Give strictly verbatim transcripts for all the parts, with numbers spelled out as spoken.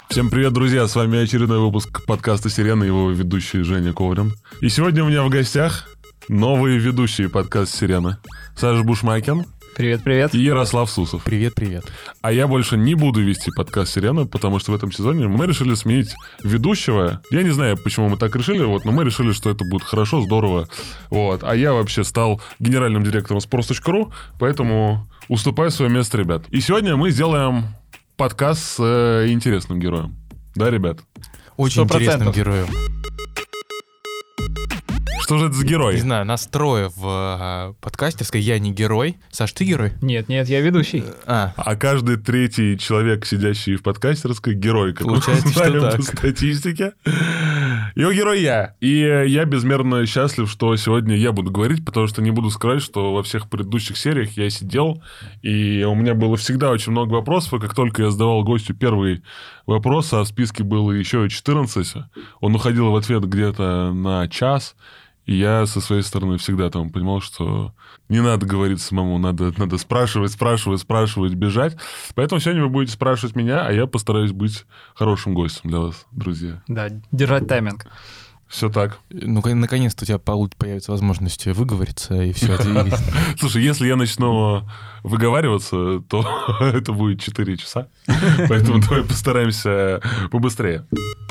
Всем привет, друзья! С вами очередной выпуск подкаста «Сирена», его ведущий Женя Коврин. И сегодня у меня в гостях новые ведущие подкаста «Сирена». Саша Бушмакин. Привет-привет. И Ярослав Сусов. Привет-привет. А я больше не буду вести подкаст «Сирена», потому что в этом сезоне мы решили сменить ведущего. Я не знаю, почему мы так решили, вот, но мы решили, что это будет хорошо, здорово. Вот. А я вообще стал генеральным директором sports точка ру, поэтому уступаю свое место ребят. И сегодня мы сделаем подкаст с э, интересным героем. Да, ребят? Очень сто процентов. интересным героем. Что же это за герой? Не знаю, настроя в э, подкастерской. Я не герой. Саш, ты герой? Нет, нет, я ведущий. А, А каждый третий человек, сидящий в подкастерской, герой, как Получается, мы что знаем так. по статистике. Его герой я. И я безмерно счастлив, что сегодня я буду говорить, потому что не буду скрывать, что во всех предыдущих сериях я сидел, и у меня было всегда очень много вопросов, и как только я задавал гостю первый вопрос, а в списке было еще четырнадцать, он уходил в ответ где-то на час. И я со своей стороны всегда там понимал, что не надо говорить самому, надо, надо спрашивать, спрашивать, спрашивать, бежать. Поэтому сегодня вы будете спрашивать меня, а я постараюсь быть хорошим гостем для вас, друзья. Да, держать тайминг. Все так. ну, наконец-то у тебя появится возможность выговориться, и все. Слушай, если я начну выговариваться, то это будет четыре часа. Поэтому давай постараемся побыстрее.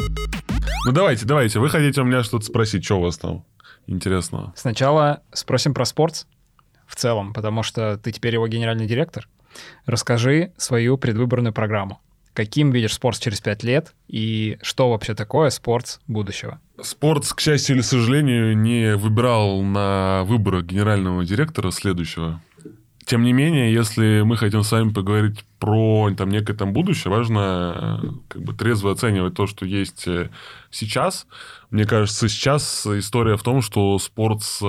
Ну, давайте, давайте. Вы хотите у меня что-то спросить? Что у вас там интересного? Сначала спросим про спортс в целом, потому что ты теперь его генеральный директор. Расскажи свою предвыборную программу. Каким видишь спортс через пять лет и что вообще такое спортс будущего? Спортс, к счастью или к сожалению, не выбирал на выборах генерального директора следующего. Тем не менее, если мы хотим с вами поговорить про там, некое там будущее, важно как бы трезво оценивать то, что есть сейчас. Мне кажется, сейчас история в том, что спортс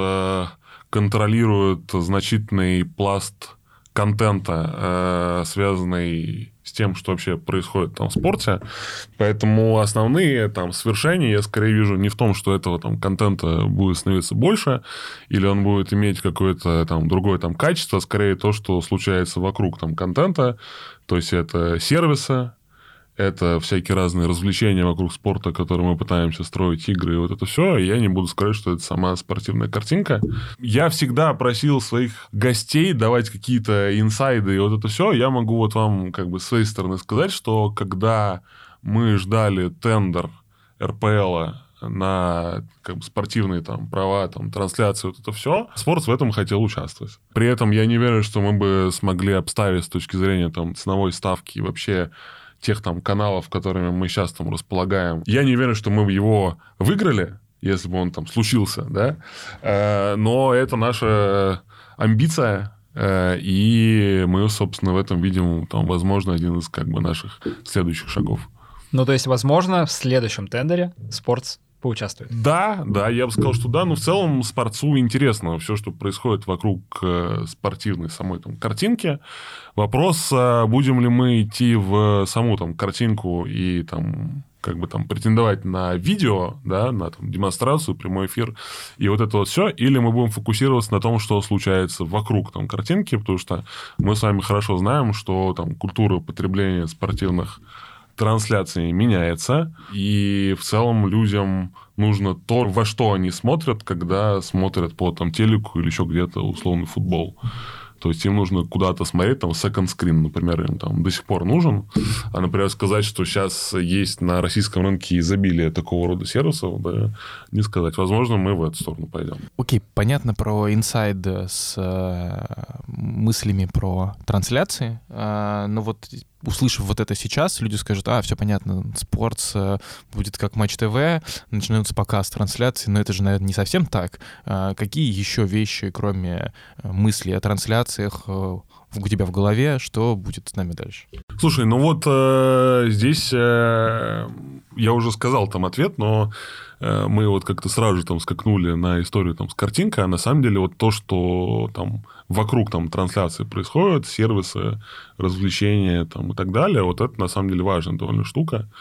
контролирует значительный пласт контента, связанный с тем, что вообще происходит там в спорте. Поэтому основные там свершения я скорее вижу не в том, что этого там контента будет становиться больше, или он будет иметь какое-то там другое там качество, а скорее то, что случается вокруг там контента. То есть это сервисы, это всякие разные развлечения вокруг спорта, которые мы пытаемся строить, игры, и вот это все. И я не буду сказать, что это сама спортивная картинка. Я всегда просил своих гостей давать какие-то инсайды, и вот это все. Я могу вот вам как бы с своей стороны сказать, что когда мы ждали тендер эр пэ эл на как бы, спортивные там, права, там, трансляции, вот это все, спорт в этом хотел участвовать. При этом я не верю, что мы бы смогли обставить с точки зрения там, ценовой ставки и вообще тех там каналов, которыми мы сейчас там располагаем. Я не уверен, что мы бы его выиграли, если бы он там случился, да, но это наша амбиция, и мы, собственно, в этом видим, там, возможно, один из как бы наших следующих шагов. Ну, то есть, возможно, в следующем тендере спортс поучаствует. Да, да, я бы сказал, что да, но в целом спортсу интересно все, что происходит вокруг э, спортивной самой там картинки. Вопрос, э, будем ли мы идти в саму там картинку и там как бы там претендовать на видео, да, на там, демонстрацию, прямой эфир, и вот это вот все, или мы будем фокусироваться на том, что случается вокруг там картинки, потому что мы с вами хорошо знаем, что там культура потребления спортивных трансляции меняется, и в целом людям нужно то, во что они смотрят, когда смотрят по там, телеку или еще где-то условный футбол. То есть им нужно куда-то смотреть, там, second screen, например, им там до сих пор нужен. А, например, сказать, что сейчас есть на российском рынке изобилие такого рода сервисов, да, не сказать. Возможно, мы в эту сторону пойдем. Окей, понятно про инсайд с э, мыслями про трансляции, э, но вот услышав вот это сейчас, люди скажут, а, все понятно, спортс э, будет как Матч ТВ, начнется показ трансляции, но это же, наверное, не совсем так. Э, какие еще вещи, кроме э, мыслей о трансляциях, э, у тебя в голове, что будет с нами дальше? Слушай, ну вот э, здесь э, я уже сказал там ответ, но э, мы вот как-то сразу же там скакнули на историю там с картинкой, а на самом деле вот то, что там вокруг там трансляции происходит, сервисы, развлечения там и так далее, вот это на самом деле важная довольно штука.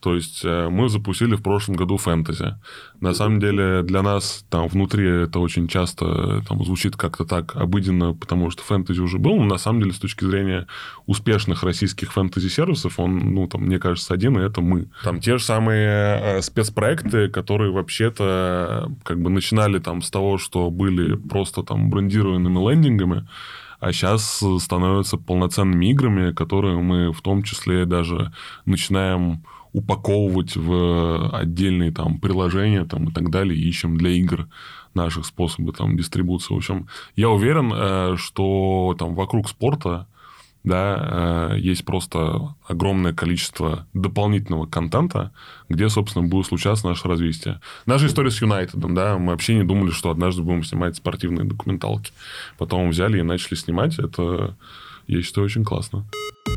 То есть мы запустили в прошлом году фэнтези. На самом деле для нас там внутри это очень часто там, звучит как-то так обыденно, потому что фэнтези уже был, но на самом деле с точки зрения успешных российских фэнтези-сервисов он, ну, там, мне кажется, один, и это мы. Там те же самые спецпроекты, которые вообще-то как бы начинали там с того, что были просто там брендированными лендингами, а сейчас становятся полноценными играми, которые мы в том числе даже начинаем упаковывать в отдельные там приложения там, и так далее, и ищем для игр наших способы там дистрибуции. В общем, я уверен, что там вокруг спорта, да, есть просто огромное количество дополнительного контента, где, собственно, будет случаться наше развитие. Наша история с Юнайтедом, да, мы вообще не думали, что однажды будем снимать спортивные документалки. Потом взяли и начали снимать. Это, я считаю, очень классно.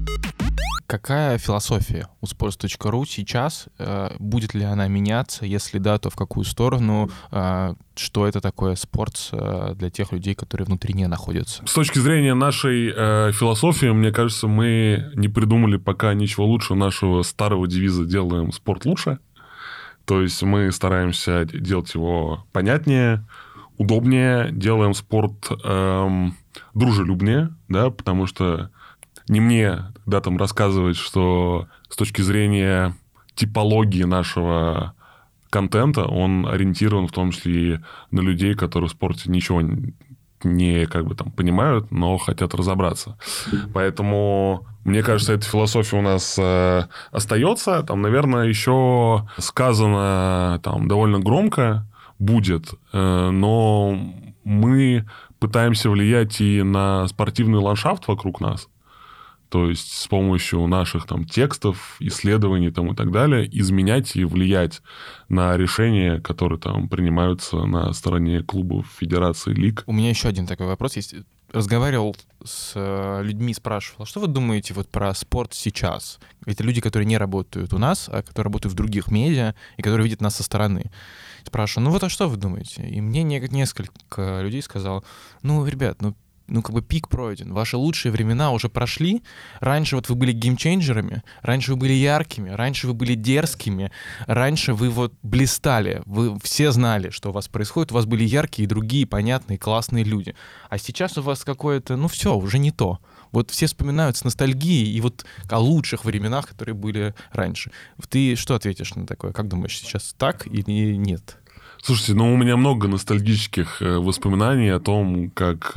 Какая философия у sports точка ру сейчас? Будет ли она меняться? Если да, то в какую сторону? Что это такое спортс для тех людей, которые внутри не находятся? С точки зрения нашей э, философии, мне кажется, мы не придумали пока ничего лучше нашего старого девиза «Делаем спорт лучше». То есть мы стараемся делать его понятнее, удобнее, делаем спорт э, дружелюбнее, да, потому что не мне да, там рассказывать, что с точки зрения типологии нашего контента он ориентирован в том числе и на людей, которые в спорте ничего не как бы там понимают, но хотят разобраться. Поэтому, мне кажется, эта философия у нас э, остается. Там, наверное, еще сказано там довольно громко будет, э, но мы пытаемся влиять и на спортивный ландшафт вокруг нас. То есть с помощью наших там, текстов, исследований там, и так далее изменять и влиять на решения, которые там, принимаются на стороне клубов, федераций, лиг. У меня еще один такой вопрос есть. Разговаривал с людьми, спрашивал, что вы думаете вот про спорт сейчас? Это люди, которые не работают у нас, а которые работают в других медиа и которые видят нас со стороны. Спрашиваю, ну вот а что вы думаете? И мне несколько людей сказал, ну, ребят, ну, ну, как бы пик пройден. Ваши лучшие времена уже прошли. Раньше вот вы были геймчейнджерами, раньше вы были яркими, раньше вы были дерзкими, раньше вы вот блистали. Вы все знали, что у вас происходит. У вас были яркие, другие, понятные, классные люди. А сейчас у вас какое-то, ну все, уже не то. Вот все вспоминают с ностальгией и вот о лучших временах, которые были раньше. Ты что ответишь на такое? Как думаешь, сейчас так или нет? Слушайте, ну, у меня много ностальгических воспоминаний о том, как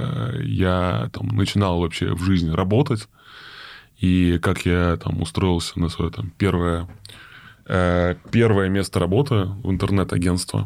я там начинал вообще в жизни работать, и как я там устроился на свое там первое, первое место работы в интернет-агентство.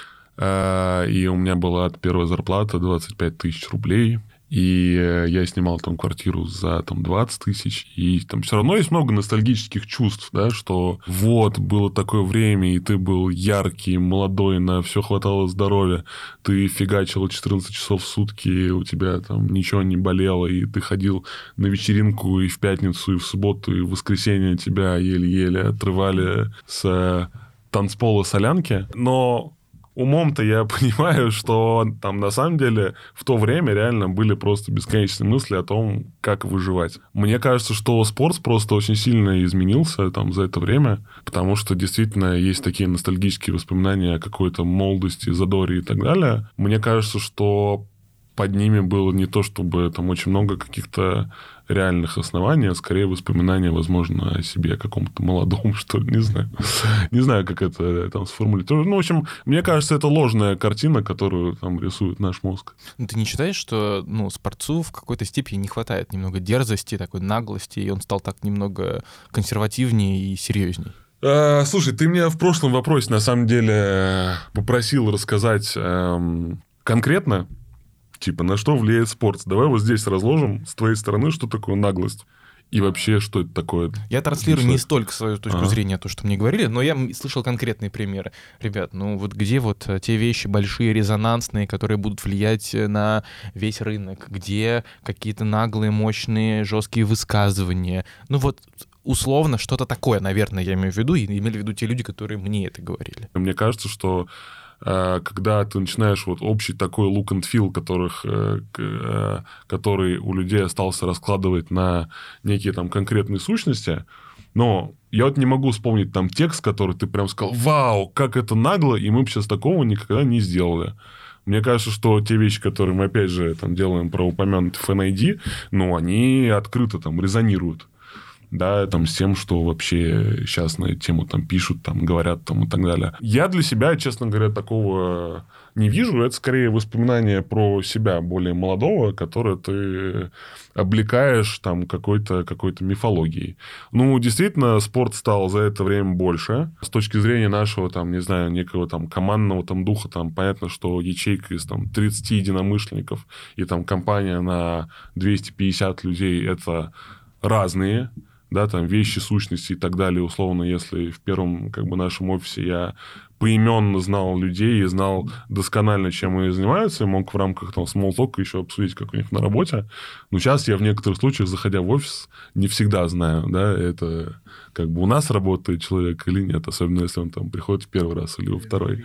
И у меня была первая зарплата двадцать пять тысяч рублей. И я снимал там квартиру за там, двадцать тысяч. И там все равно есть много ностальгических чувств, да, что вот, было такое время, и ты был яркий, молодой, на все хватало здоровья. Ты фигачил четырнадцать часов в сутки, и у тебя там ничего не болело, и ты ходил на вечеринку и в пятницу, и в субботу, и в воскресенье тебя еле-еле отрывали с танцпола солянки. Но... умом-то я понимаю, что там на самом деле в то время реально были просто бесконечные мысли о том, как выживать. Мне кажется, что спорт просто очень сильно изменился там за это время, потому что действительно есть такие ностальгические воспоминания о какой-то молодости, задоре и так далее. Мне кажется, что под ними было не то, чтобы там очень много каких-то реальных оснований, а скорее воспоминания, возможно, о себе каком-то молодом, что ли, не знаю. Не знаю, как это там сформулировать. Ну, в общем, мне кажется, это ложная картина, которую там рисует наш мозг. Ну, ты не считаешь, что, ну, спортсу в какой-то степени не хватает немного дерзости, такой наглости, и он стал так немного консервативнее и серьезней? А, слушай, ты меня в прошлом вопросе, на самом деле, попросил рассказать эм, конкретно, типа, на что влияет спорт. Давай вот здесь разложим с твоей стороны, что такое наглость. И вообще, что это такое? Я транслирую не столько свою точку ага. зрения, то, что мне говорили, но я слышал конкретные примеры. Ребят, ну вот где вот те вещи большие, резонансные, которые будут влиять на весь рынок? Где какие-то наглые, мощные, жесткие высказывания? Ну вот... условно, что-то такое, наверное, я имею в виду, и имели в виду те люди, которые мне это говорили. Мне кажется, что э, когда ты начинаешь вот общий такой look and feel, которых, э, э, который у людей остался раскладывать на некие там конкретные сущности, Но я вот не могу вспомнить там текст, который ты прям сказал, вау, как это нагло, и мы бы сейчас такого никогда не сделали. Мне кажется, что те вещи, которые мы, опять же, там, делаем про упомянутый Fan ай ди, ну, они открыто там резонируют. Да, там, с тем, что вообще сейчас на эту тему там пишут, там, говорят там, и так далее. Я для себя, честно говоря, такого не вижу. Это скорее воспоминание про себя более молодого, которое ты облекаешь там какой-то, какой-то мифологией. Ну, действительно, спорт стал за это время больше. С точки зрения нашего, там, не знаю, некого там командного там духа, там, понятно, что ячейка из там тридцати единомышленников и там компания на двести пятьдесят людей – это разные, да, там, вещи, сущности и так далее. Условно, если в первом, как бы, нашем офисе я поименно знал людей и знал досконально, чем они занимаются, и мог в рамках там смолтока еще обсудить, как у них на работе. Но сейчас я в некоторых случаях, заходя в офис, не всегда знаю, да, это как бы у нас работает человек или нет, особенно если он там приходит в первый раз или во второй.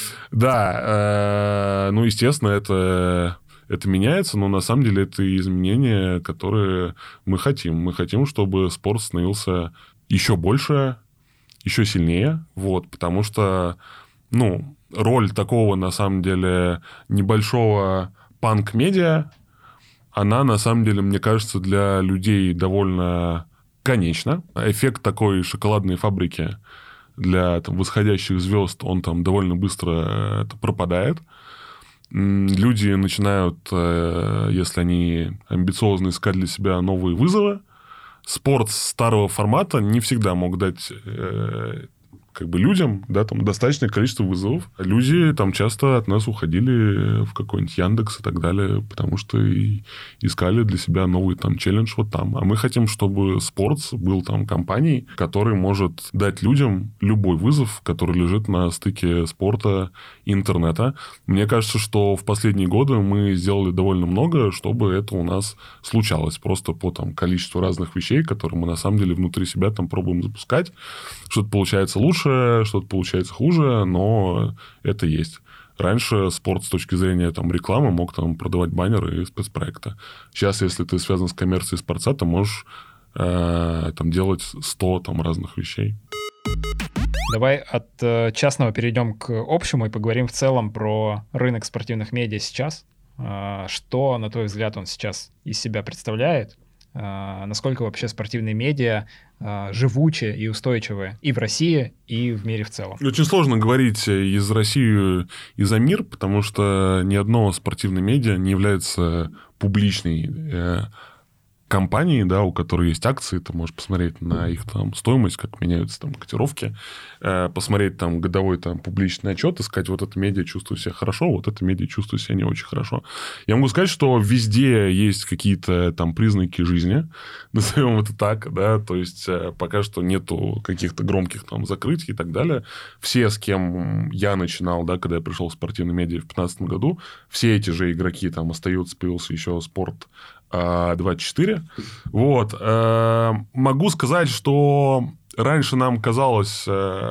Да, э, ну, естественно, это... Это меняется, но на самом деле это изменения, которые мы хотим. Мы хотим, чтобы спорт становился еще больше, еще сильнее. Вот, потому что, ну, роль такого, на самом деле, небольшого панк-медиа, она, на самом деле, мне кажется, для людей довольно конечна. Эффект такой шоколадной фабрики для там, восходящих звезд, он там довольно быстро это пропадает. Люди начинают, если они амбициозно, искать для себя новые вызовы. Спорт старого формата не всегда мог дать как бы людям, да, там, достаточное количество вызовов. Люди там часто от нас уходили в какой-нибудь Яндекс и так далее, потому что и искали для себя новый там челлендж вот там. А мы хотим, чтобы спорт был там компанией, который может дать людям любой вызов, который лежит на стыке спорта и интернета. Мне кажется, что в последние годы мы сделали довольно много, чтобы это у нас случалось. Просто по там количеству разных вещей, которые мы на самом деле внутри себя там пробуем запускать. Что-то получается лучше, что-то получается хуже, но это есть. Раньше спорт с точки зрения там, рекламы мог там, продавать баннеры и спецпроекты. Сейчас, если ты связан с коммерцией спорта, ты можешь э, там, делать сто там, разных вещей. Давай от э, частного перейдем к общему и поговорим в целом про рынок спортивных медиа сейчас. Э, что, на твой взгляд, он сейчас из себя представляет? Э, насколько вообще спортивные медиа живучие и устойчивые и в России, и в мире в целом. Очень сложно говорить из России и за мир, потому что ни одно спортивное медиа не является публичной э, компанией, да, у которой есть акции. Ты можешь посмотреть на их там стоимость, как меняются там котировки, э, посмотреть там годовой там публичный отчет и сказать, вот это медиа чувствую себя хорошо, вот это медиа чувствую себя не очень хорошо. Я могу сказать, что везде есть какие-то там признаки жизни, назовем это так, да, то есть э, пока что нету каких-то громких там закрытий и так далее. Все, с кем я начинал, да, когда я пришел в спортивные медиа в две тысячи пятнадцатом году, все эти же игроки там остаются, появился еще спорт двадцать четыре. Вот. Могу сказать, что раньше нам казалось,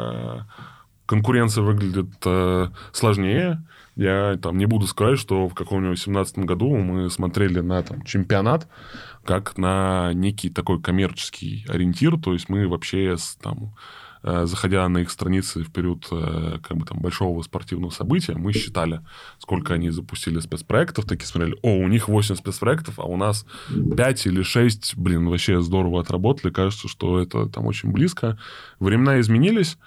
конкуренция выглядит сложнее. Я там не буду сказать, что в каком-нибудь семнадцатом году мы смотрели на там, чемпионат как на некий такой коммерческий ориентир. То есть мы вообще там, заходя на их страницы в период как бы, там, большого спортивного события, мы считали, сколько они запустили спецпроектов, такие смотрели, о, у них восемь спецпроектов, а у нас пять или шесть, блин, вообще здорово отработали, кажется, что это там очень близко. Времена изменились,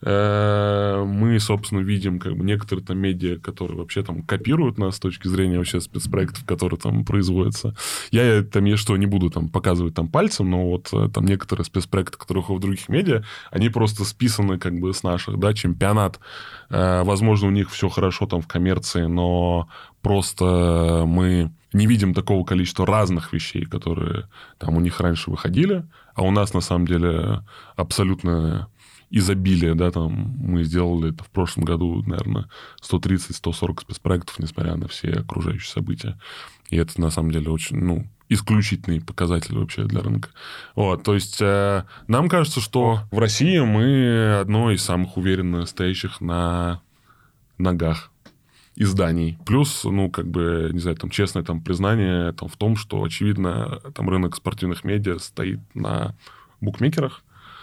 мы, собственно, видим как бы некоторые там медиа, которые вообще там копируют нас с точки зрения вообще спецпроектов, которые там производятся. Я там, я что, не буду там показывать там пальцем, но вот там некоторые спецпроекты, которые выходят в других медиа, они просто списаны как бы с наших, да, чемпионат. Возможно, у них все хорошо там в коммерции, но просто мы не видим такого количества разных вещей, которые там у них раньше выходили, а у нас на самом деле абсолютно изобилие, да, там мы сделали это в прошлом году, наверное, сто тридцать - сто сорок спецпроектов, несмотря на все окружающие события. И это, на самом деле, очень, ну, исключительный показатель вообще для рынка. Вот, то есть, э, нам кажется, что в России мы одно из самых уверенно стоящих на ногах изданий. Плюс, ну, как бы, не знаю, там, честное там, признание там, в том, что, очевидно, там рынок спортивных медиа стоит на букмекерах.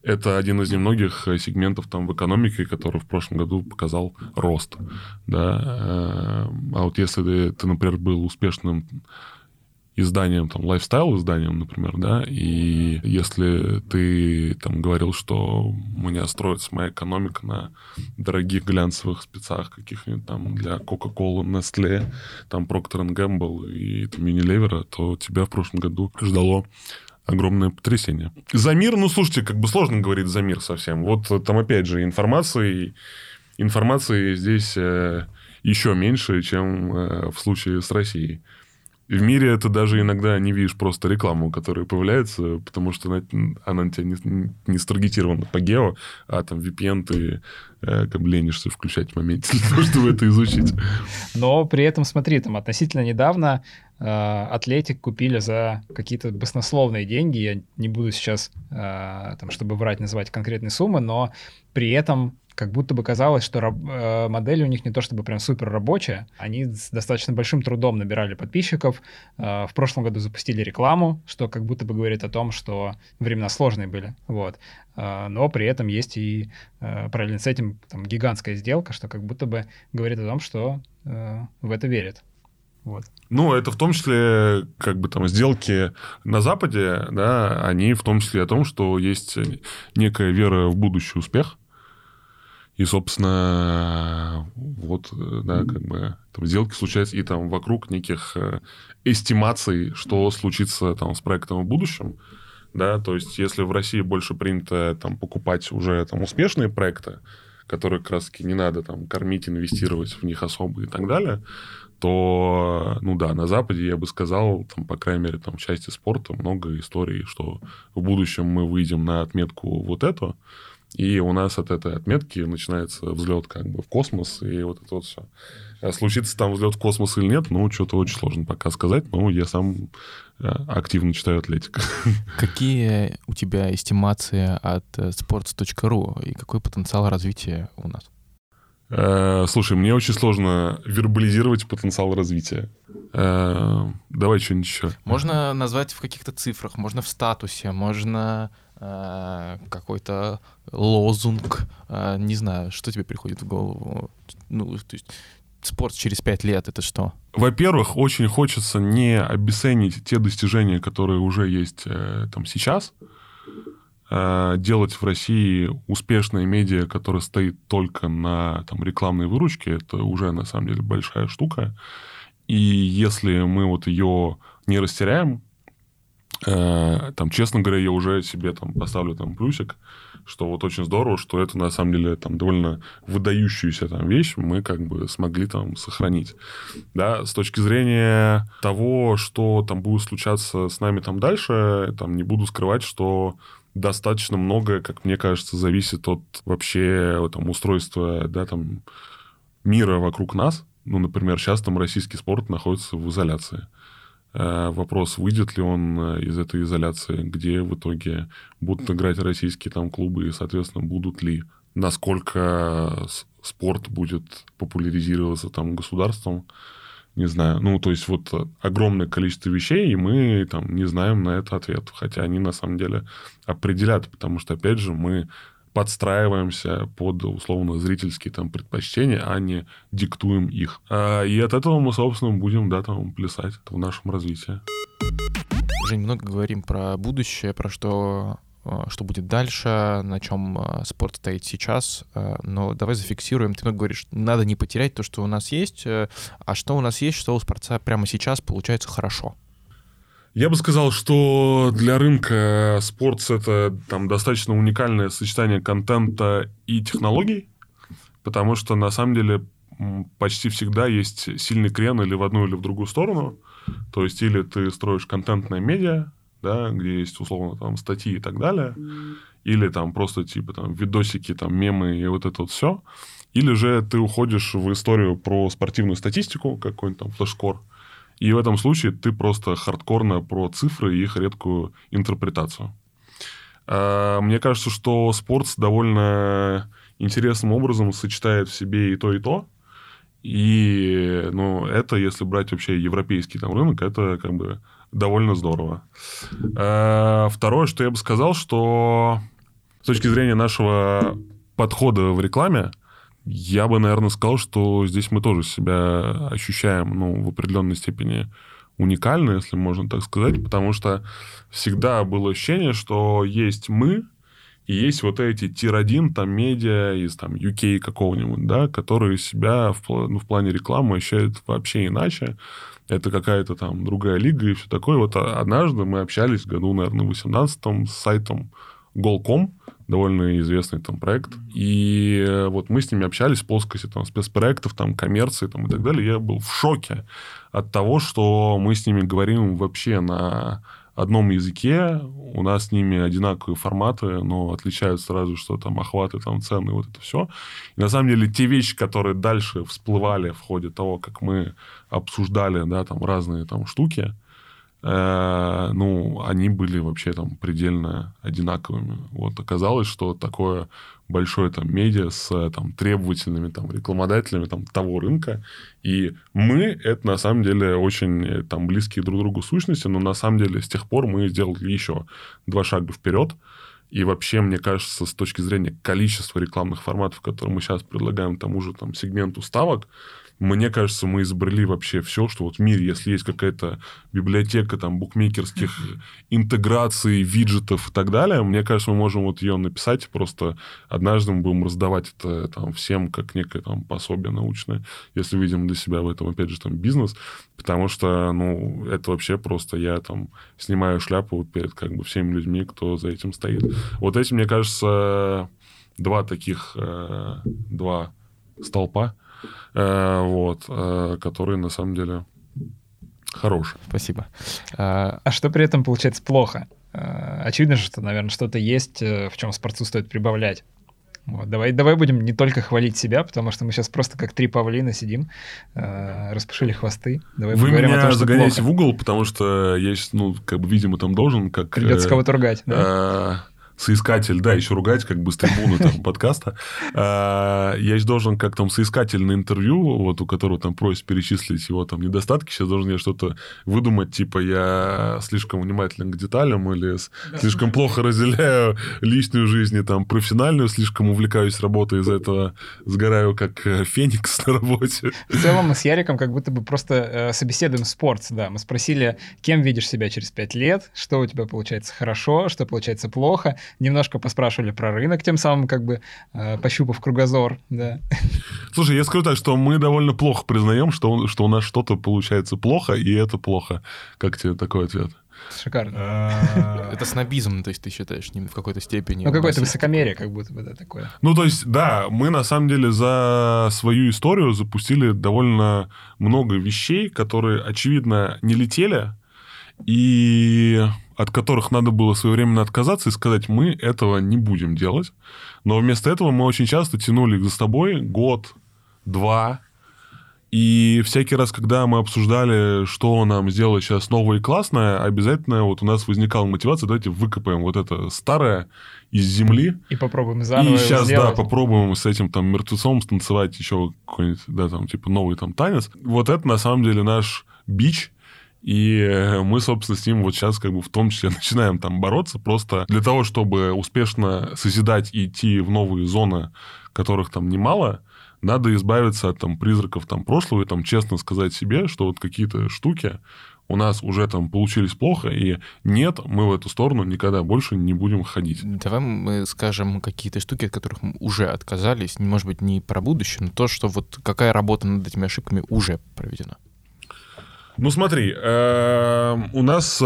это один из немногих сегментов там в экономике, который в прошлом году показал рост. Да? А вот если ты, ты, например, был успешным изданием, там, лайфстайл-изданием, например, да, и если ты там говорил, что у меня строится моя экономика на дорогих глянцевых спецах каких-нибудь там для Coca-Cola, Nestle, там, Procter энд Gamble и там, Unilever, то тебя в прошлом году ждало огромное потрясение. За мир, ну, слушайте, как бы сложно говорить за мир совсем. Вот там, опять же, информации, информации здесь э, еще меньше, чем э, в случае с Россией. В мире это даже иногда не видишь просто рекламу, которая появляется, потому что она, она на тебя не, не старгетирована по гео, а там ви пи эн ты э, как бы ленишься включать в моменте для того, чтобы это изучить. Но при этом, смотри, там относительно недавно э, Атлетик купили за какие-то баснословные деньги. Я не буду сейчас, э, там, чтобы врать, называть конкретные суммы, но при этом как будто бы казалось, что раб, э, модель у них не то чтобы прям супер рабочая. Они с достаточно большим трудом набирали подписчиков. Э, в прошлом году запустили рекламу, что как будто бы говорит о том, что времена сложные были. Вот. Э, но при этом есть и э, параллельно с этим там, гигантская сделка, что как будто бы говорит о том, что э, в это верят. Вот. Ну, это в том числе, как бы там, сделки на Западе, да, они в том числе о том, что есть некая вера в будущий успех. И, собственно, вот, да, как бы там сделки случаются и там вокруг неких эстимаций, что случится там с проектом в будущем, да, то есть если в России больше принято там покупать уже там успешные проекты, которые как раз-таки не надо там кормить, инвестировать в них особо и так далее, то, ну да, на Западе, я бы сказал, там, по крайней мере, там, в части спорта много историй, что в будущем мы выйдем на отметку вот эту, и у нас от этой отметки начинается взлет как бы в космос, и вот это вот все. А случится там взлет в космос или нет, ну, что-то очень сложно пока сказать, но я сам активно читаю Атлетик. Какие у тебя эстимации от sports точка ру и какой потенциал развития у нас? Слушай, мне очень сложно вербализировать потенциал развития. Давай что-нибудь еще. Можно назвать в каких-то цифрах, можно в статусе, можно э, какой-то лозунг, э, не знаю, что тебе приходит в голову. Ну, то есть спорт через пять лет — это что? Во-первых, очень хочется не обесценить те достижения, которые уже есть э, там сейчас. Э, делать в России успешное медиа, которое стоит только на там, рекламной выручке, это уже на самом деле большая штука. И если мы вот ее не растеряем, э, там, честно говоря, я уже себе там поставлю там плюсик, что вот очень здорово, что это на самом деле там довольно выдающуюся там вещь мы как бы смогли там сохранить. Да, с точки зрения того, что там будет случаться с нами там дальше, там не буду скрывать, что достаточно многое, как мне кажется, зависит от вообще там устройства, да, там мира вокруг нас. Ну, например, сейчас там российский спорт находится в изоляции. Э, вопрос, выйдет ли он из этой изоляции, где в итоге будут играть российские там клубы, и, соответственно, будут ли, насколько спорт будет популяризироваться там государством, не знаю. Ну, то есть, вот огромное количество вещей, и мы там не знаем на это ответ. Хотя они, на самом деле, определят, потому что, опять же, мы подстраиваемся под, условно, зрительские там предпочтения, а не диктуем их. И от этого мы, собственно, будем, да, там, плясать в нашем развитии. Уже немного говорим про будущее, про что, что будет дальше, на чем спорт стоит сейчас. Но давай зафиксируем. Ты много говоришь, надо не потерять то, что у нас есть. А что у нас есть, что у спорта прямо сейчас получается хорошо? Я бы сказал, что для рынка спортс это там достаточно уникальное сочетание контента и технологий, потому что на самом деле почти всегда есть сильный крен или в одну, или в другую сторону. То есть, или ты строишь контентное медиа, да, где есть, условно, там, статьи и так далее, или там просто типа там видосики, там, мемы и вот это вот все. Или же ты уходишь в историю про спортивную статистику, какой-нибудь там флешкор, и в этом случае ты просто хардкорно про цифры и их редкую интерпретацию. Мне кажется, что спорт довольно интересным образом сочетает в себе и то, и то. И ну, это, если брать вообще европейский там, рынок, это как бы довольно здорово. Второе, что я бы сказал, что С точки зрения нашего подхода в рекламе, я бы, наверное, сказал, что здесь мы тоже себя ощущаем, ну, в определенной степени уникально, если можно так сказать, потому что всегда было ощущение, что есть мы, и есть вот эти тир один, там, медиа из там, ю кей какого-нибудь, да, которые себя в, ну, в плане рекламы ощущают вообще иначе. Это какая-то там другая лига и все такое. Вот однажды мы общались в году, наверное, в восемнадцатом с сайтом гол точка ком, довольно известный там проект. И вот мы с ними общались в плоскости там, спецпроектов, там, коммерции там, и так далее. Я был в шоке от того, что мы с ними говорим вообще на одном языке. У нас с ними одинаковые форматы, но отличаются сразу, что там охваты, там, цены, вот это все. И на самом деле те вещи, которые дальше всплывали в ходе того, как мы обсуждали, да, там, разные там, штуки, э, ну, они были вообще там предельно одинаковыми. Вот оказалось, что такое большое там медиа с там требовательными там рекламодателями там того рынка, и мы это на самом деле очень там близкие друг другу сущности, но на самом деле с тех пор мы сделали еще два шага вперед, и вообще, мне кажется, с точки зрения количества рекламных форматов, которые мы сейчас предлагаем тому же там сегменту ставок, мне кажется, мы изобрели вообще все, что вот в мире, если есть какая-то библиотека там букмекерских интеграций, виджетов и так далее, мне кажется, мы можем вот ее написать, просто однажды мы будем раздавать это там всем как некое там пособие научное, если видим для себя в этом, опять же, там бизнес, потому что, ну, это вообще просто я там снимаю шляпу перед как бы всеми людьми, кто за этим стоит. Вот эти, мне кажется, два таких, э, два столпа, вот, которые на самом деле хорошие. Спасибо. А что при этом получается плохо? Очевидно же, что, наверное, что-то есть, в чем спортсу стоит прибавлять. Вот, давай, давай будем не только хвалить себя, потому что мы сейчас просто как три павлина сидим, распушили хвосты. Давай Вы меня о том, что загоняете плохо. в угол, потому что я, ну, как бы, видимо, там должен, как... Придется кого-то ругать, да? Соискатель, да, еще ругать как бы с трибуны там, подкаста. Я еще должен, как там соискатель на интервью, вот у которого там просят перечислить его там недостатки, сейчас должен я что-то выдумать, типа я слишком внимателен к деталям или слишком плохо разделяю личную жизнь и там профессиональную, слишком увлекаюсь работой, из-за этого сгораю как феникс на работе. В целом мы с Яриком как будто бы просто э, собеседуем спорт, да. Мы спросили, кем видишь себя через пять лет, что у тебя получается хорошо, что получается плохо. Немножко поспрашивали про рынок, тем самым как бы э, пощупав кругозор, да. Слушай, я скажу так, что мы довольно плохо признаем, что, что у нас что-то получается плохо, и это плохо. Как тебе такой ответ? Шикарно. Это снобизм, то есть ты считаешь, в какой-то степени. Ну, какое-то высокомерие, как будто бы, да, такое. Ну, то есть, да, мы на самом деле за свою историю запустили довольно много вещей, которые, очевидно, не летели, и от которых надо было своевременно отказаться и сказать, мы этого не будем делать. Но вместо этого мы очень часто тянули их за собой год, два. И всякий раз, когда мы обсуждали, что нам сделать сейчас новое и классное, обязательно вот у нас возникала мотивация, давайте выкопаем вот это старое из земли. И попробуем заново И сейчас, сделать. да, попробуем с этим там мертвецом станцевать еще какой-нибудь, да, там, типа, новый там танец. Вот это, на самом деле, наш бич. И мы, собственно, с ним вот сейчас как бы в том числе начинаем там бороться просто для того, чтобы успешно созидать и идти в новые зоны, которых там немало, надо избавиться от там призраков там прошлого и там честно сказать себе, что вот какие-то штуки у нас уже там получились плохо, и нет, мы в эту сторону никогда больше не будем ходить. Давай мы скажем какие-то штуки, от которых мы уже отказались, может быть, не про будущее, но то, что вот какая работа над этими ошибками уже проведена. Ну, смотри, у нас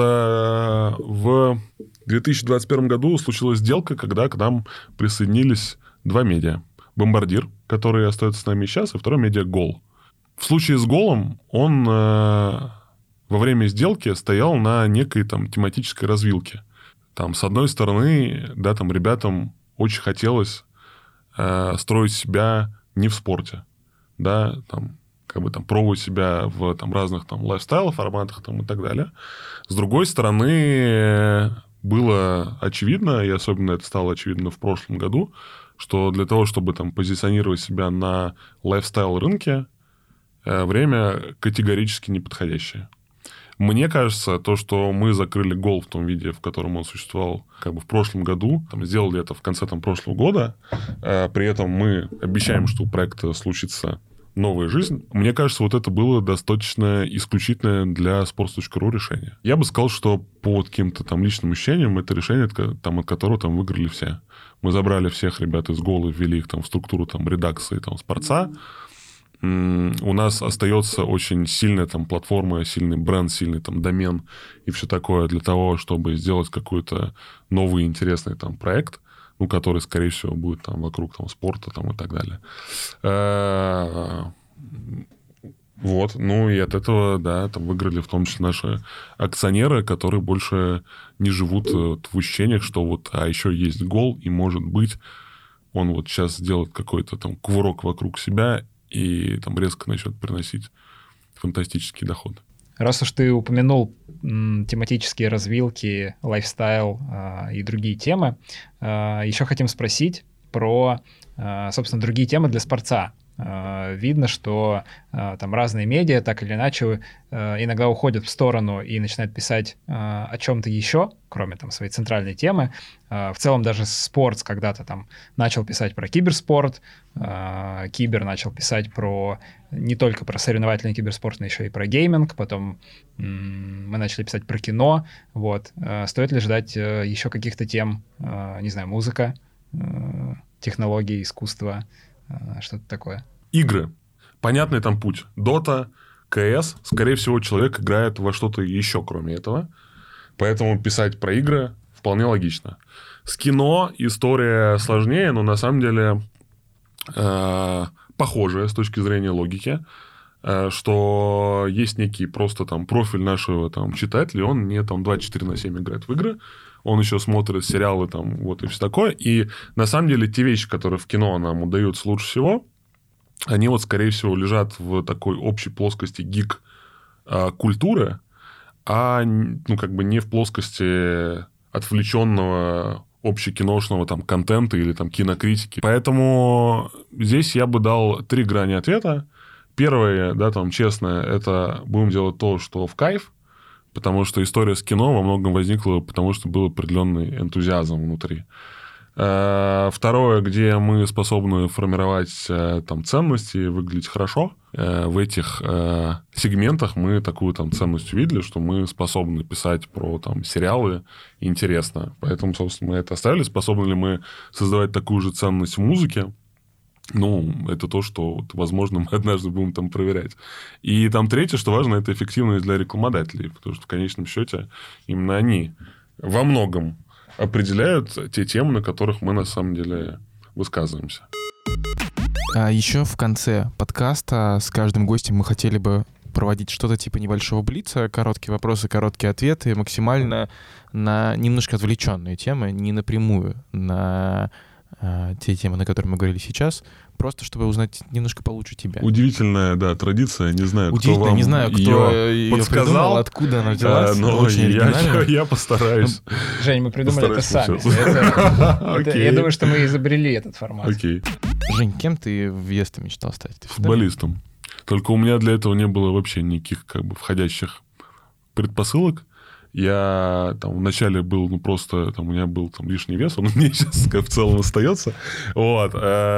в две тысячи двадцать первом году случилась сделка, когда к нам присоединились два медиа. «Бомбардир», который остается с нами сейчас, и второй медиа «Гол». В случае с «Голом» он во время сделки стоял на некой там тематической развилке. Там, с одной стороны, да, там ребятам очень хотелось строить себя не в спорте, да, там, как бы там пробовать себя в там, разных там лайфстайл-форматах там, и так далее. С другой стороны, было очевидно, и особенно это стало очевидно в прошлом году, что для того, чтобы там позиционировать себя на лайфстайл-рынке, время категорически неподходящее. Мне кажется, то, что мы закрыли гол в том виде, в котором он существовал как бы в прошлом году, там, сделали это в конце там, прошлого года, э, при этом мы обещаем, что у проекта случится новая жизнь. Мне кажется, вот это было достаточно исключительное для sports точка ру решение. Я бы сказал, что по вот каким-то там личным ощущениям это решение, там, от которого там выиграли все. Мы забрали всех ребят из гола, ввели их там в структуру там редакции там спорца. У нас остается очень сильная там платформа, сильный бренд, сильный там домен и все такое для того, чтобы сделать какой-то новый интересный там проект, ну, который, скорее всего, будет там вокруг там спорта там и так далее. Вот, ну и от этого, да, там выиграли в том числе наши акционеры, которые больше не живут в ощущениях, что вот, а еще есть гол, и, может быть, он вот сейчас сделает какой-то там кувырок вокруг себя и там резко начнет приносить фантастический доход. Раз уж ты упомянул м, тематические развилки, лайфстайл э, и другие темы, э, еще хотим спросить про, э, собственно, другие темы для спорца. Э, видно, что э, там разные медиа так или иначе э, иногда уходят в сторону и начинают писать э, о чем-то еще, кроме там своей центральной темы. Э, в целом даже Sports когда-то там начал писать про киберспорт, э, Кибер начал писать про не только про соревновательный киберспорт, но еще и про гейминг. Потом м- мы начали писать про кино. Вот. Э, стоит ли ждать э, еще каких-то тем, э, не знаю, музыка, э, технологии, искусство, что-то такое? Игры. Понятный там путь. Дота, КС. Скорее всего, человек играет во что-то еще, кроме этого. Поэтому писать про игры вполне логично. С кино история сложнее, но на самом деле э, похожая с точки зрения логики. Э, что есть некий просто там профиль нашего там, читателя, и он не там двадцать четыре на семь играет в игры. Он еще смотрит сериалы там, вот и все такое. И на самом деле те вещи, которые в кино нам удаются лучше всего, они вот, скорее всего, лежат в такой общей плоскости гик-культуры, а ну, как бы не в плоскости отвлеченного общекиношного там контента или там кинокритики. Поэтому здесь я бы дал три грани ответа. Первое, да, там, честно, это будем делать то, что в кайф. Потому что история с кино во многом возникла, потому что был определенный энтузиазм внутри. Второе, где мы способны формировать там, ценности, выглядеть хорошо. В этих сегментах мы такую там, ценность увидели, что мы способны писать про там, сериалы интересно. Поэтому, собственно, мы это оставили. Способны ли мы создавать такую же ценность в музыке? Ну, это то, что, вот, возможно, мы однажды будем там проверять. И там третье, что важно, это эффективность для рекламодателей, потому что в конечном счете именно они во многом определяют те темы, на которых мы на самом деле высказываемся. А еще в конце подкаста с каждым гостем мы хотели бы проводить что-то типа небольшого блица, короткие вопросы, короткие ответы, максимально на немножко отвлеченные темы, не напрямую на те темы, на которые мы говорили сейчас, просто чтобы узнать немножко получше тебя. Удивительная, да, традиция. Не знаю, кто вам не знаю, кто ее подсказал, придумал, откуда она взялась. Да, но очень я, я, я постараюсь. Жень, мы придумали это сами. Это, это, я думаю, что мы изобрели этот формат. Окей. Жень, кем ты в детстве мечтал стать? Футболистом. Только у меня для этого не было вообще никаких как бы входящих предпосылок. Я там вначале был, ну, просто там у меня был там лишний вес, он у меня сейчас как, в целом остается. Вот.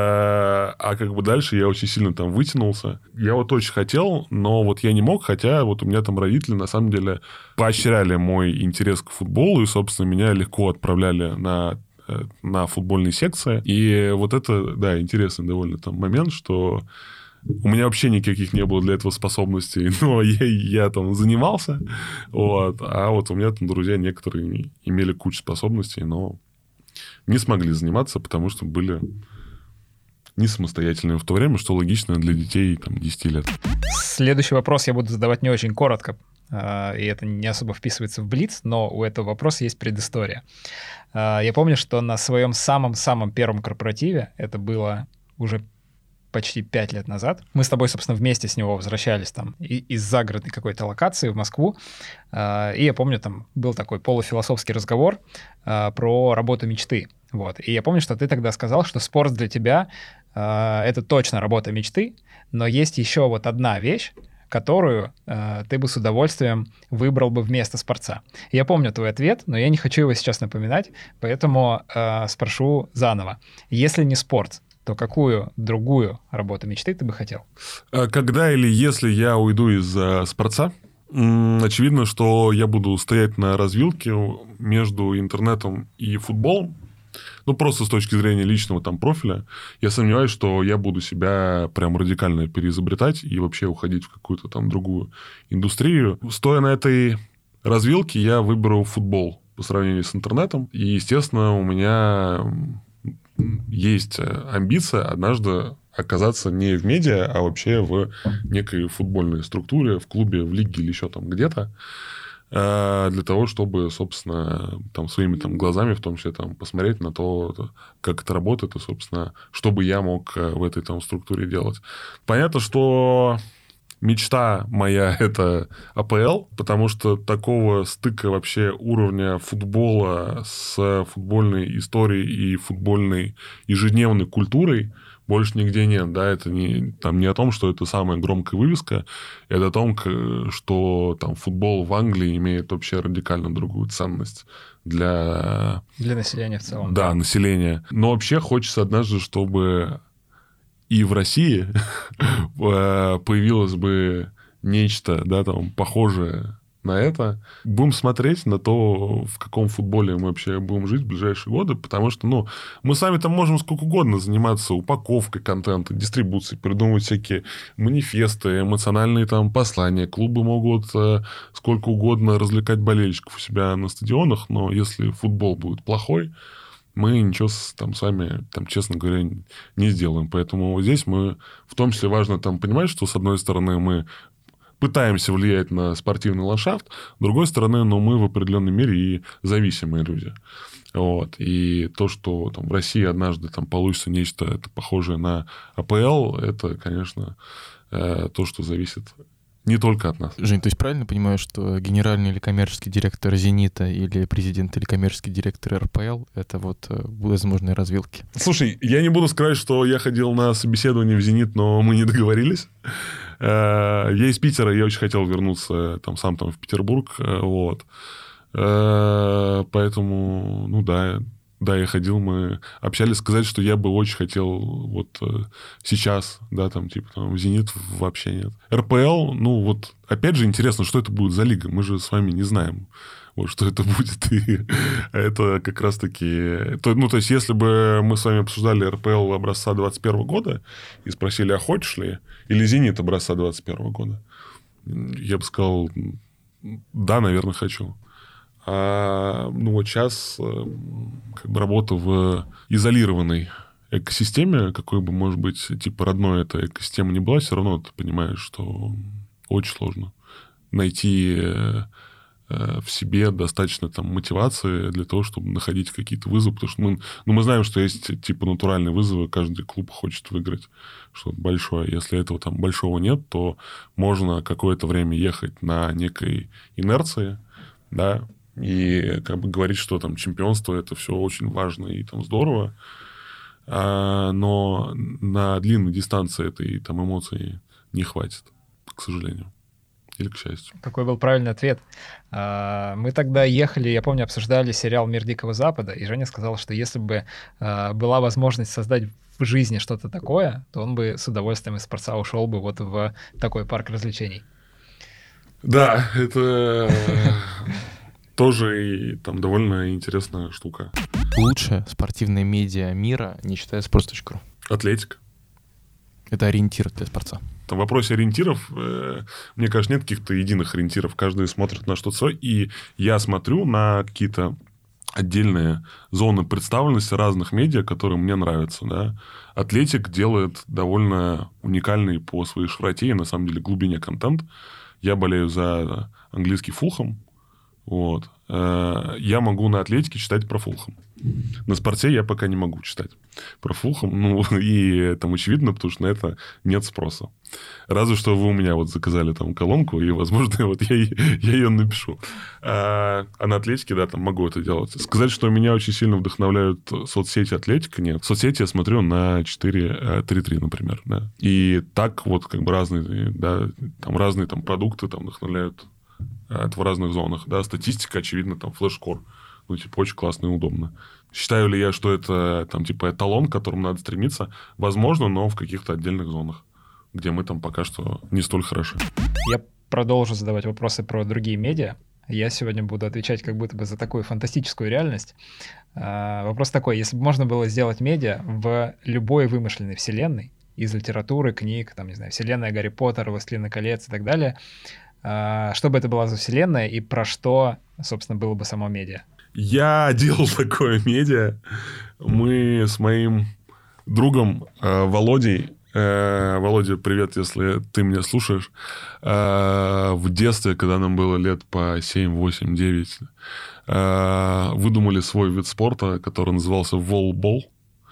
А как бы дальше я очень сильно там вытянулся. Я вот очень хотел, но вот я не мог, хотя вот у меня там родители на самом деле поощряли мой интерес к футболу, и, собственно, меня легко отправляли на, на футбольные секции. И вот это, да, интересный довольно там момент, что у меня вообще никаких не было для этого способностей, но я, я там занимался, вот, а вот у меня там друзья некоторые имели кучу способностей, но не смогли заниматься, потому что были не самостоятельными в то время, что логично для детей там, десяти лет. Следующий вопрос я буду задавать не очень коротко, и это не особо вписывается в блиц, но у этого вопроса есть предыстория. Я помню, что на своем самом-самом первом корпоративе, это было уже почти пять лет назад. Мы с тобой, собственно, вместе с него возвращались там из загородной какой-то локации в Москву. И я помню, там был такой полуфилософский разговор про работу мечты. Вот. И я помню, что ты тогда сказал, что спорт для тебя — это точно работа мечты, но есть еще вот одна вещь, которую э, ты бы с удовольствием выбрал бы вместо спорца? Я помню твой ответ, но я не хочу его сейчас напоминать, поэтому э, спрошу заново. Если не спорт, то какую другую работу мечты ты бы хотел? Когда или если я уйду из э, спорта, м, очевидно, что я буду стоять на развилке между интернетом и футболом. Ну, просто с точки зрения личного там профиля, я сомневаюсь, что я буду себя прям радикально переизобретать и вообще уходить в какую-то там другую индустрию. Стоя на этой развилке, я выберу футбол по сравнению с интернетом. И, естественно, у меня есть амбиция однажды оказаться не в медиа, а вообще в некой футбольной структуре, в клубе, в лиге или еще там где-то, для того, чтобы, собственно, там, своими там, глазами, в том числе, там, посмотреть на то, как это работает, и, собственно, что бы я мог в этой там, структуре делать. Понятно, что мечта моя – это АПЛ, потому что такого стыка вообще уровня футбола с футбольной историей и футбольной ежедневной культурой больше нигде нет, да, это не, там, не о том, что это самая громкая вывеска, это о том, что там, футбол в Англии имеет вообще радикально другую ценность для... Для населения в целом. Да, да, населения. Но вообще хочется однажды, чтобы и в России появилось бы нечто, да, там, похожее на это. Будем смотреть на то, в каком футболе мы вообще будем жить в ближайшие годы, потому что, ну, мы сами там можем сколько угодно заниматься упаковкой контента, дистрибуцией, придумывать всякие манифесты, эмоциональные там послания. Клубы могут э, сколько угодно развлекать болельщиков у себя на стадионах, но если футбол будет плохой, мы ничего там с вами, там, честно говоря, не сделаем. Поэтому вот здесь мы, в том числе, важно там понимать, что, с одной стороны, мы пытаемся влиять на спортивный ландшафт, с другой стороны, но мы в определенной мере и зависимые люди. Вот. И то, что там, в России однажды там, получится нечто это похожее на АПЛ, это, конечно, то, что зависит не только от нас. Жень, то есть правильно понимаю, что генеральный или коммерческий директор «Зенита» или президент или коммерческий директор эр пэ эл — это вот возможные развилки? Слушай, я не буду сказать, что я ходил на собеседование в «Зенит», но мы не договорились. Я из Питера, я очень хотел вернуться там, сам там, в Петербург. Вот. Поэтому, ну да, да, я ходил, мы общались, сказать, что я бы очень хотел вот сейчас, да, там, типа, там, в «Зенит» вообще нет. эр пэ эл, ну, вот, опять же, интересно, что это будет за лига, мы же с вами не знаем, вот, что это будет, и это как раз-таки... То, ну, то есть, если бы мы с вами обсуждали эр пэ эл образца двадцать первого года и спросили, а хочешь ли, или «Зенит» образца двадцать первого года, я бы сказал, да, наверное, хочу. А, ну, вот сейчас как бы работа в изолированной экосистеме, какой бы, может быть, типа родной эта экосистема не была, все равно ты понимаешь, что очень сложно найти э, в себе достаточно там мотивации для того, чтобы находить какие-то вызовы, потому что мы, ну, мы знаем, что есть типа натуральные вызовы, каждый клуб хочет выиграть что-то большое. Если этого там большого нет, то можно какое-то время ехать на некой инерции, да, и как бы говорить, что там чемпионство это все очень важно и там здорово, а, но на длинной дистанции этой там эмоций не хватит, к сожалению. Или к счастью. Какой был правильный ответ. Мы тогда ехали, я помню, обсуждали сериал «Мир Дикого Запада», и Женя сказал, что если бы была возможность создать в жизни что-то такое, то он бы с удовольствием из спорта ушел бы вот в такой парк развлечений. Да, это тоже и там довольно интересная штука. Лучшая спортивная медиа мира, не считая спорт точка ру. Атлетика. Это ориентир для спорта. В вопросе ориентиров, э, мне кажется, нет каких-то единых ориентиров. Каждый смотрит на что-то свое. И я смотрю на какие-то отдельные зоны представленности разных медиа, которые мне нравятся. Да. Атлетик делает довольно уникальный по своей широте и, на самом деле, глубине контент. Я болею за английский Фулхэм. Вот. Я могу на атлетике читать про Фулхэм. На спорте я пока не могу читать про Фулхэм. Ну, и там очевидно, потому что на это нет спроса. Разве что вы у меня вот заказали там колонку, и, возможно, вот я, я ее напишу. А, а на атлетике, да, там могу это делать. Сказать, что меня очень сильно вдохновляют соцсети атлетика, нет. Соцсети я смотрю на четыре три три, например. Да. И так вот как бы разные, да, там разные там продукты там вдохновляют это в разных зонах. Да. Статистика, очевидно, там флеш-кор. Ну, типа, очень классно и удобно. Считаю ли я, что это там типа эталон, к которому надо стремиться? Возможно, но в каких-то отдельных зонах, где мы там пока что не столь хороши. Я продолжу задавать вопросы про другие медиа. Я сегодня буду отвечать как будто бы за такую фантастическую реальность. А, вопрос такой. Если бы можно было сделать медиа в любой вымышленной вселенной, из литературы, книг, там, не знаю, вселенная Гарри Поттера, Властелина колец и так далее, а, что бы это была за вселенная и про что, собственно, было бы само медиа? Я делал такое медиа. Мы с моим другом э, Володей, э, Володя, привет, если ты меня слушаешь, э, в детстве, когда нам было лет по семь, восемь, девять, э, выдумали свой вид спорта, который назывался волейбол.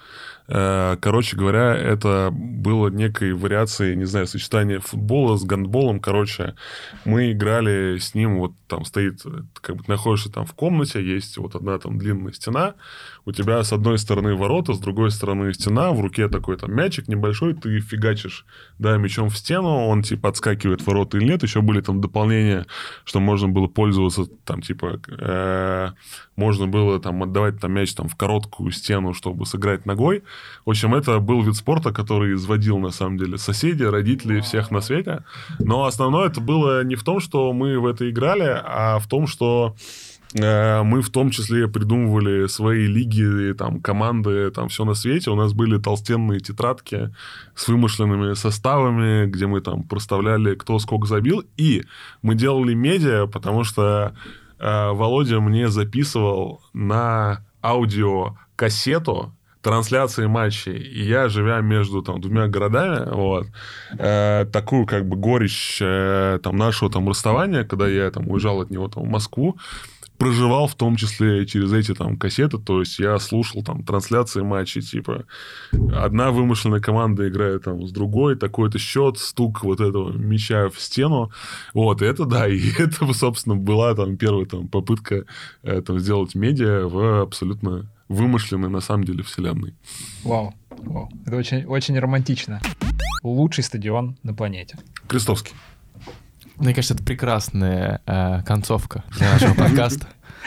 Короче говоря, это было некой вариацией, не знаю, сочетания футбола с гандболом. Короче, мы играли с ним, вот там стоит, как бы находишься там в комнате, есть вот одна там длинная стена, у тебя с одной стороны ворота, с другой стороны стена, в руке такой там мячик небольшой, ты фигачишь, да, мячом в стену, он типа отскакивает в ворота или нет. Еще были там дополнения, что можно было пользоваться там типа... Э- можно было там отдавать там мяч там в короткую стену, чтобы сыграть ногой. В общем, это был вид спорта, который изводил, на самом деле, соседей, родителей, всех на свете. Но основное это было не в том, что мы в это играли, а в том, что э, мы в том числе придумывали свои лиги, там, команды, там, все на свете. У нас были толстенные тетрадки с вымышленными составами, где мы там проставляли, кто сколько забил. И мы делали медиа, потому что Володя мне записывал на аудиокассету трансляции матчей. И я, живя между там, двумя городами, вот, э, такую как бы горечь э, там, нашего там, расставания, когда я там, уезжал от него там, в Москву, проживал в том числе через эти там кассеты, то есть я слушал там трансляции матчей, типа одна вымышленная команда играет там с другой, такой-то счет, стук вот этого мяча в стену, вот, и это да, и это, собственно, была там первая там попытка э, там, сделать медиа в абсолютно вымышленной, на самом деле, вселенной. Вау, вау, это очень, очень романтично. Лучший стадион на планете. Крестовский. Мне кажется, это прекрасная э, концовка для нашего подкаста.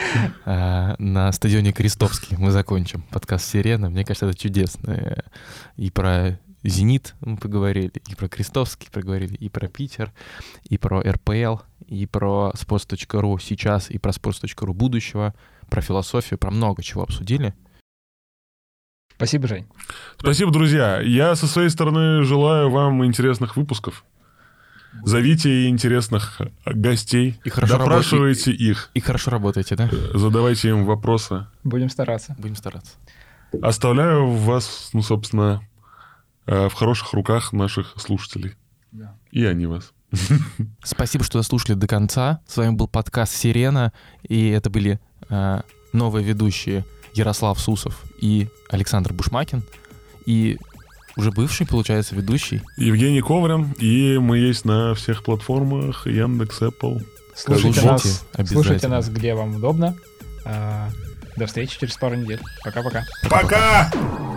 Э, на стадионе Крестовский мы закончим подкаст «Сирена». Мне кажется, это чудесно. И про «Зенит» мы поговорили, и про Крестовский поговорили, и про Питер, и про эр пэ эл, и про спортс точка ру сейчас, и про спортс точка ру будущего, про философию, про много чего обсудили. Спасибо, Жень. Спасибо, друзья. Я со своей стороны желаю вам интересных выпусков. Зовите интересных гостей, и хорошо допрашивайте работ... их. И хорошо работаете, да? Задавайте им вопросы. Будем стараться. Будем стараться. Оставляю вас, ну, собственно, в хороших руках наших слушателей. Да. И они вас. Спасибо, что дослушали до конца. С вами был подкаст «Сирена», и это были э, новые ведущие Ярослав Сусов и Александр Бушмакин. И уже бывший, получается, ведущий Евгений Коврин, и мы есть на всех платформах: Яндекс, Apple. Слушайте нас, слушайте нас, где вам удобно. До встречи через пару недель. Пока-пока. Пока!